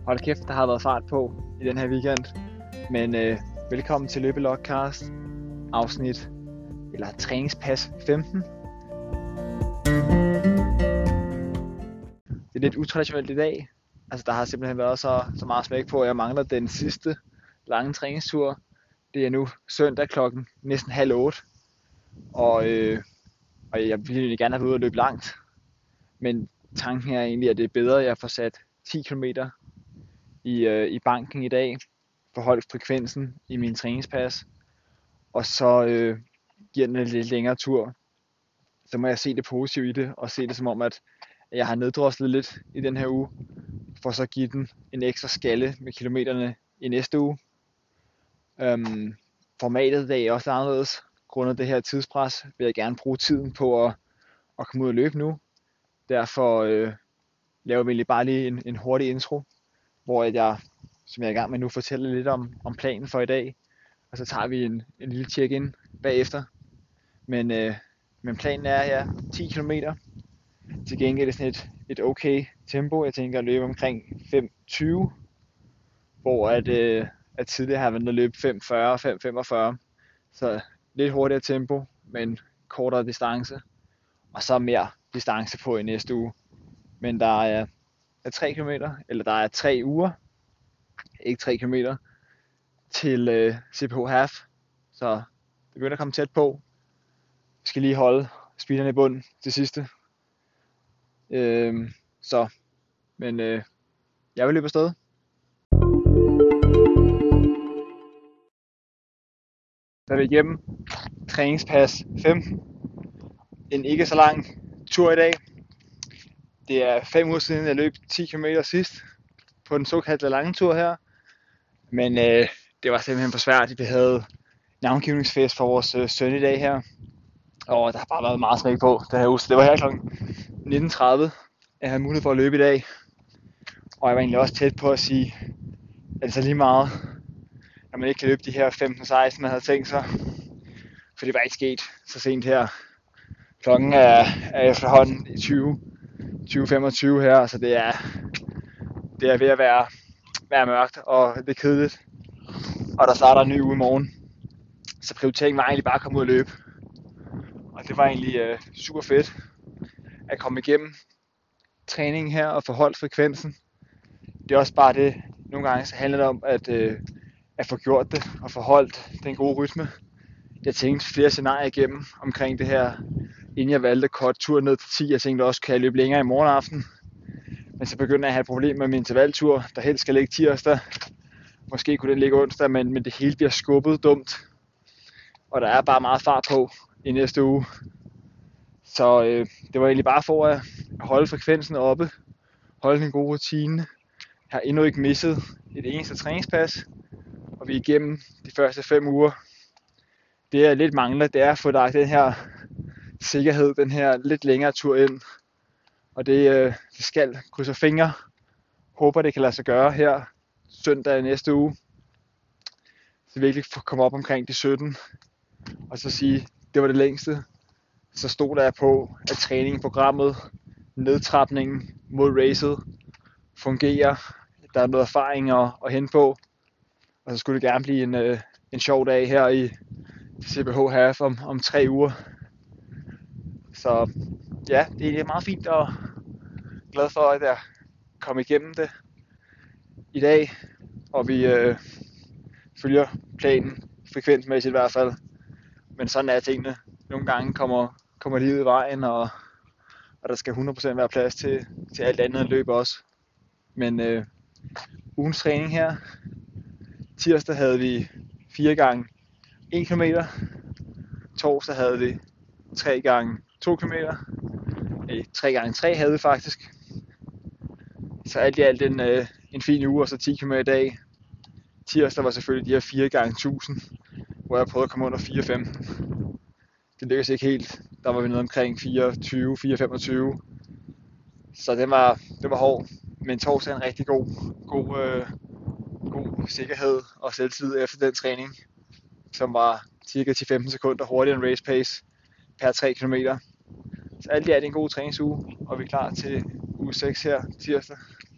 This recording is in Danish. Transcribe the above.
Hold kæft, der har været fart på i den her weekend. Men velkommen til Løbelogcast, afsnit, eller træningspas 15. Det er lidt utraditionelt i dag. Altså, der har simpelthen været så meget smæk på, at jeg mangler den sidste lange træningstur. Det er nu søndag klokken næsten 7:30. Og jeg ville egentlig gerne have været ude og løbe langt. Men tanken er egentlig, at det er bedre, at jeg får sat 10 km i banken i dag, forholdt frekvensen i min træningspas, og så giver den en lidt længere tur. Så må jeg se det positive i det, og se det som om, at jeg har neddroslet lidt i den her uge, for så at give den en ekstra skalle med kilometerne i næste uge. Formatet i dag er også anderledes. Grundet det her tidspres vil jeg gerne bruge tiden på at komme ud og løbe nu. Derfor laver vi egentlig bare lige en hurtig intro, hvor jeg, som jeg er i gang med nu, fortæller lidt om planen for i dag. Og så tager vi en lille check-in bagefter. Men planen er her 10 km. Til gengæld er det sådan et okay tempo. Jeg tænker at løbe omkring 5:20, hvor at tidligere har jeg været at løbe 5:40, 5:45. Så lidt hurtigere tempo, men kortere distance. Og så mere distance på i næste uge. Men der er 3 km, eller der er 3 uger, ikke 3 km, til CPH Half. Så det begynder at komme tæt på. Vi skal lige holde speederne i bunden til sidste. Men jeg vil løbe afsted. Så er vi igennem træningspas 15. En ikke så lang tur i dag. Det er 5 uger siden jeg løb 10 km sidst på den såkaldte lange tur her. Men det var simpelthen for svært. Vi havde navngivningsfest for vores søn i dag her. Og der har bare været meget smæk på den her uge. Så det var her kl. 19:30, jeg havde mulighed for at løbe i dag. Og jeg var egentlig også tæt på at sige, at det så lige meget, når man ikke kan løbe de her 15-16, man havde tænkt sig. For det var ikke sket så sent her. Klokken er efterhånden i 20:25 her, så det er ved at være mørkt, og det er kedeligt. Og der starter en ny uge i morgen. Så prioriteringen var egentlig bare at komme ud og løbe. Og det var egentlig super fedt at komme igennem træningen her og få holdt frekvensen. Det er også bare det, nogle gange så handler det om at få gjort det og få holdt den gode rytme. Jeg tænkte flere scenarier igennem omkring det her, inden jeg valgte kort tur ned til 10. Jeg tænkte også, kan jeg løbe længere i morgen aften? Men så begyndte jeg at have et problem med min intervaltur, der helst skal ligge tirsdag. Måske kunne den ligge onsdag, men det hele bliver skubbet dumt. Og der er bare meget fart på i næste uge. Så det var egentlig bare for at holde frekvensen oppe, holde en god rutine. Jeg har endnu ikke misset et eneste træningspas, og vi er igennem de første 5 uger. Det jeg lidt mangler, det er at få lagt den her sikkerhed, den her lidt længere tur ind. Og det skal krydse fingre. Håber det kan lade sig gøre her søndag næste uge. Så virkelig komme op omkring de 17. Og så sige, det var det længste. Så stod der på, at træningsprogrammet, nedtrapningen mod racet fungerer. Der er noget erfaring at hente på. Og så skulle det gerne blive en sjov dag her i CPH Half om 3 uger. Så ja, det er meget fint og glad for, at jeg kom igennem det i dag. Og vi følger planen, frekvensmæssigt i hvert fald. Men sådan er tingene. Nogle gange kommer livet i vejen, og der skal 100% være plads til alt andet end løb også. Men ugens træning her. Tirsdag havde vi 4 gange 1 km. Torsdag havde vi 3 gange 2 km. 3 gange 3 havde vi faktisk. Så alt i alt en fin uge, og så 10 km i dag. Tirsdag var selvfølgelig de her 4 gange 1000, hvor jeg prøvede at komme under 4:15. Det lykkedes ikke helt. Der var vi nede omkring 4:25. Så det var hård. Men torsdag er en rigtig god sikkerhed og selvtillid efter den træning, som var cirka 10-15 sekunder hurtigere end race pace per 3 km. Så alt i alt en god træningsuge, og vi er klar til uge 6 her tirsdag.